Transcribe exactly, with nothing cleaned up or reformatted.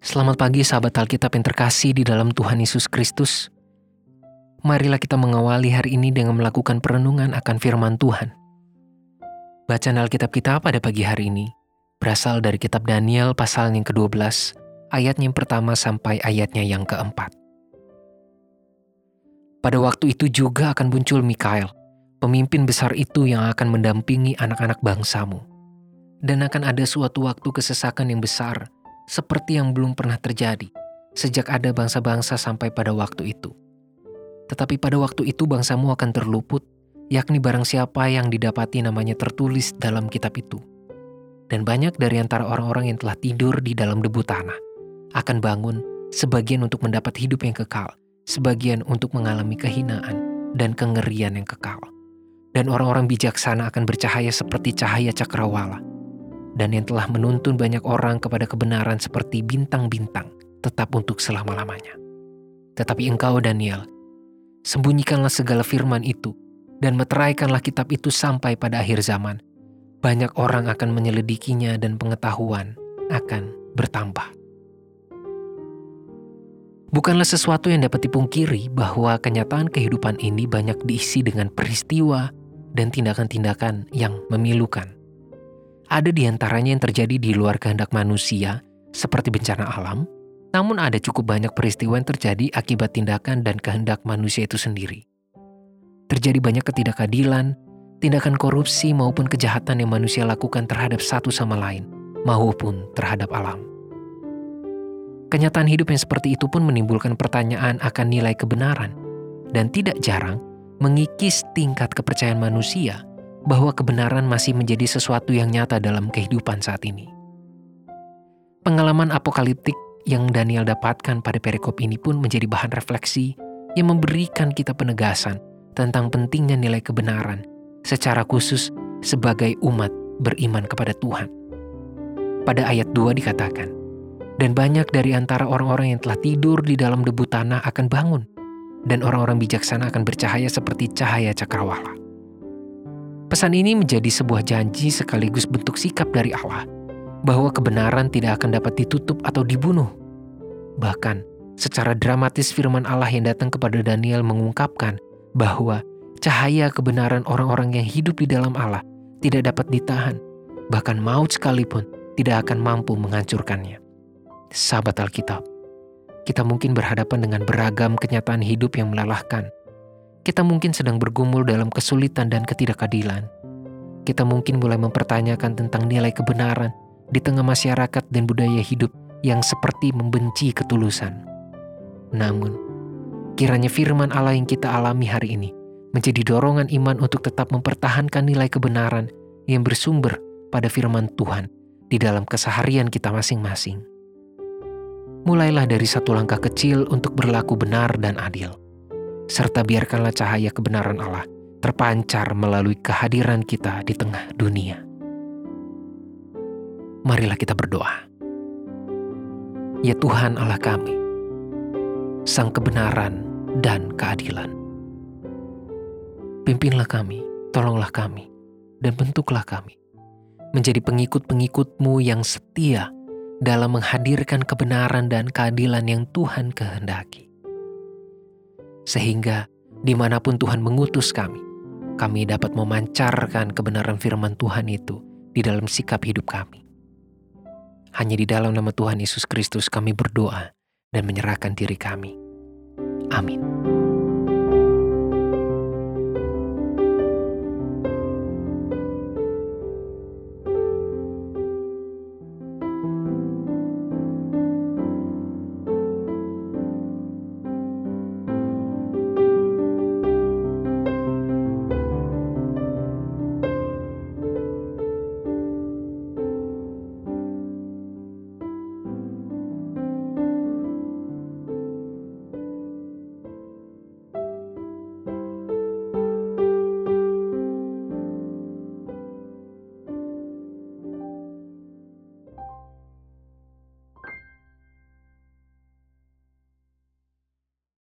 Selamat pagi sahabat Alkitab yang terkasih di dalam Tuhan Yesus Kristus. Marilah kita mengawali hari ini dengan melakukan perenungan akan firman Tuhan. Bacaan Alkitab kita pada pagi hari ini berasal dari kitab Daniel pasal yang kedua belas, ayatnya yang pertama sampai ayatnya yang keempat. Pada waktu itu juga akan muncul Mikael, pemimpin besar itu yang akan mendampingi anak-anak bangsamu. Dan akan ada suatu waktu kesesakan yang besar, seperti yang belum pernah terjadi sejak ada bangsa-bangsa sampai pada waktu itu. Tetapi pada waktu itu bangsamu akan terluput, yakni barang siapa yang didapati namanya tertulis dalam kitab itu. Dan banyak dari antara orang-orang yang telah tidur di dalam debu tanah akan bangun, sebagian untuk mendapat hidup yang kekal, sebagian untuk mengalami kehinaan dan kengerian yang kekal. Dan orang-orang bijaksana akan bercahaya seperti cahaya cakrawala, dan yang telah menuntun banyak orang kepada kebenaran seperti bintang-bintang, tetap untuk selama-lamanya. Tetapi engkau, Daniel, sembunyikanlah segala firman itu, dan meteraikanlah kitab itu sampai pada akhir zaman. Banyak orang akan menyelidikinya dan pengetahuan akan bertambah. Bukanlah sesuatu yang dapat dipungkiri bahwa kenyataan kehidupan ini banyak diisi dengan peristiwa dan tindakan-tindakan yang memilukan. Ada di antaranya yang terjadi di luar kehendak manusia, seperti bencana alam, namun ada cukup banyak peristiwa yang terjadi akibat tindakan dan kehendak manusia itu sendiri. Terjadi banyak ketidakadilan, tindakan korupsi maupun kejahatan yang manusia lakukan terhadap satu sama lain, maupun terhadap alam. Kenyataan hidup yang seperti itu pun menimbulkan pertanyaan akan nilai kebenaran, dan tidak jarang mengikis tingkat kepercayaan manusia bahwa kebenaran masih menjadi sesuatu yang nyata dalam kehidupan saat ini. Pengalaman apokaliptik yang Daniel dapatkan pada perikop ini pun menjadi bahan refleksi yang memberikan kita penegasan tentang pentingnya nilai kebenaran, secara khusus sebagai umat beriman kepada Tuhan. Pada ayat dua dikatakan, "Dan banyak dari antara orang-orang yang telah tidur di dalam debu tanah akan bangun, dan orang-orang bijaksana akan bercahaya seperti cahaya cakrawala." Pesan ini menjadi sebuah janji sekaligus bentuk sikap dari Allah bahwa kebenaran tidak akan dapat ditutup atau dibunuh. Bahkan, secara dramatis firman Allah yang datang kepada Daniel mengungkapkan bahwa cahaya kebenaran orang-orang yang hidup di dalam Allah tidak dapat ditahan, bahkan maut sekalipun tidak akan mampu menghancurkannya. Sahabat Alkitab, kita mungkin berhadapan dengan beragam kenyataan hidup yang melelahkan. Kita mungkin sedang bergumul dalam kesulitan dan ketidakadilan. Kita mungkin mulai mempertanyakan tentang nilai kebenaran di tengah masyarakat dan budaya hidup yang seperti membenci ketulusan. Namun, kiranya firman Allah yang kita alami hari ini menjadi dorongan iman untuk tetap mempertahankan nilai kebenaran yang bersumber pada firman Tuhan di dalam keseharian kita masing-masing. Mulailah dari satu langkah kecil untuk berlaku benar dan adil. Serta biarkanlah cahaya kebenaran Allah terpancar melalui kehadiran kita di tengah dunia. Marilah kita berdoa. Ya Tuhan Allah kami, Sang kebenaran dan keadilan, pimpinlah kami, tolonglah kami, dan bentuklah kami menjadi pengikut-pengikut-Mu yang setia dalam menghadirkan kebenaran dan keadilan yang Tuhan kehendaki. Sehingga dimanapun Tuhan mengutus kami, kami dapat memancarkan kebenaran firman Tuhan itu di dalam sikap hidup kami. Hanya di dalam nama Tuhan Yesus Kristus kami berdoa dan menyerahkan diri kami. Amin.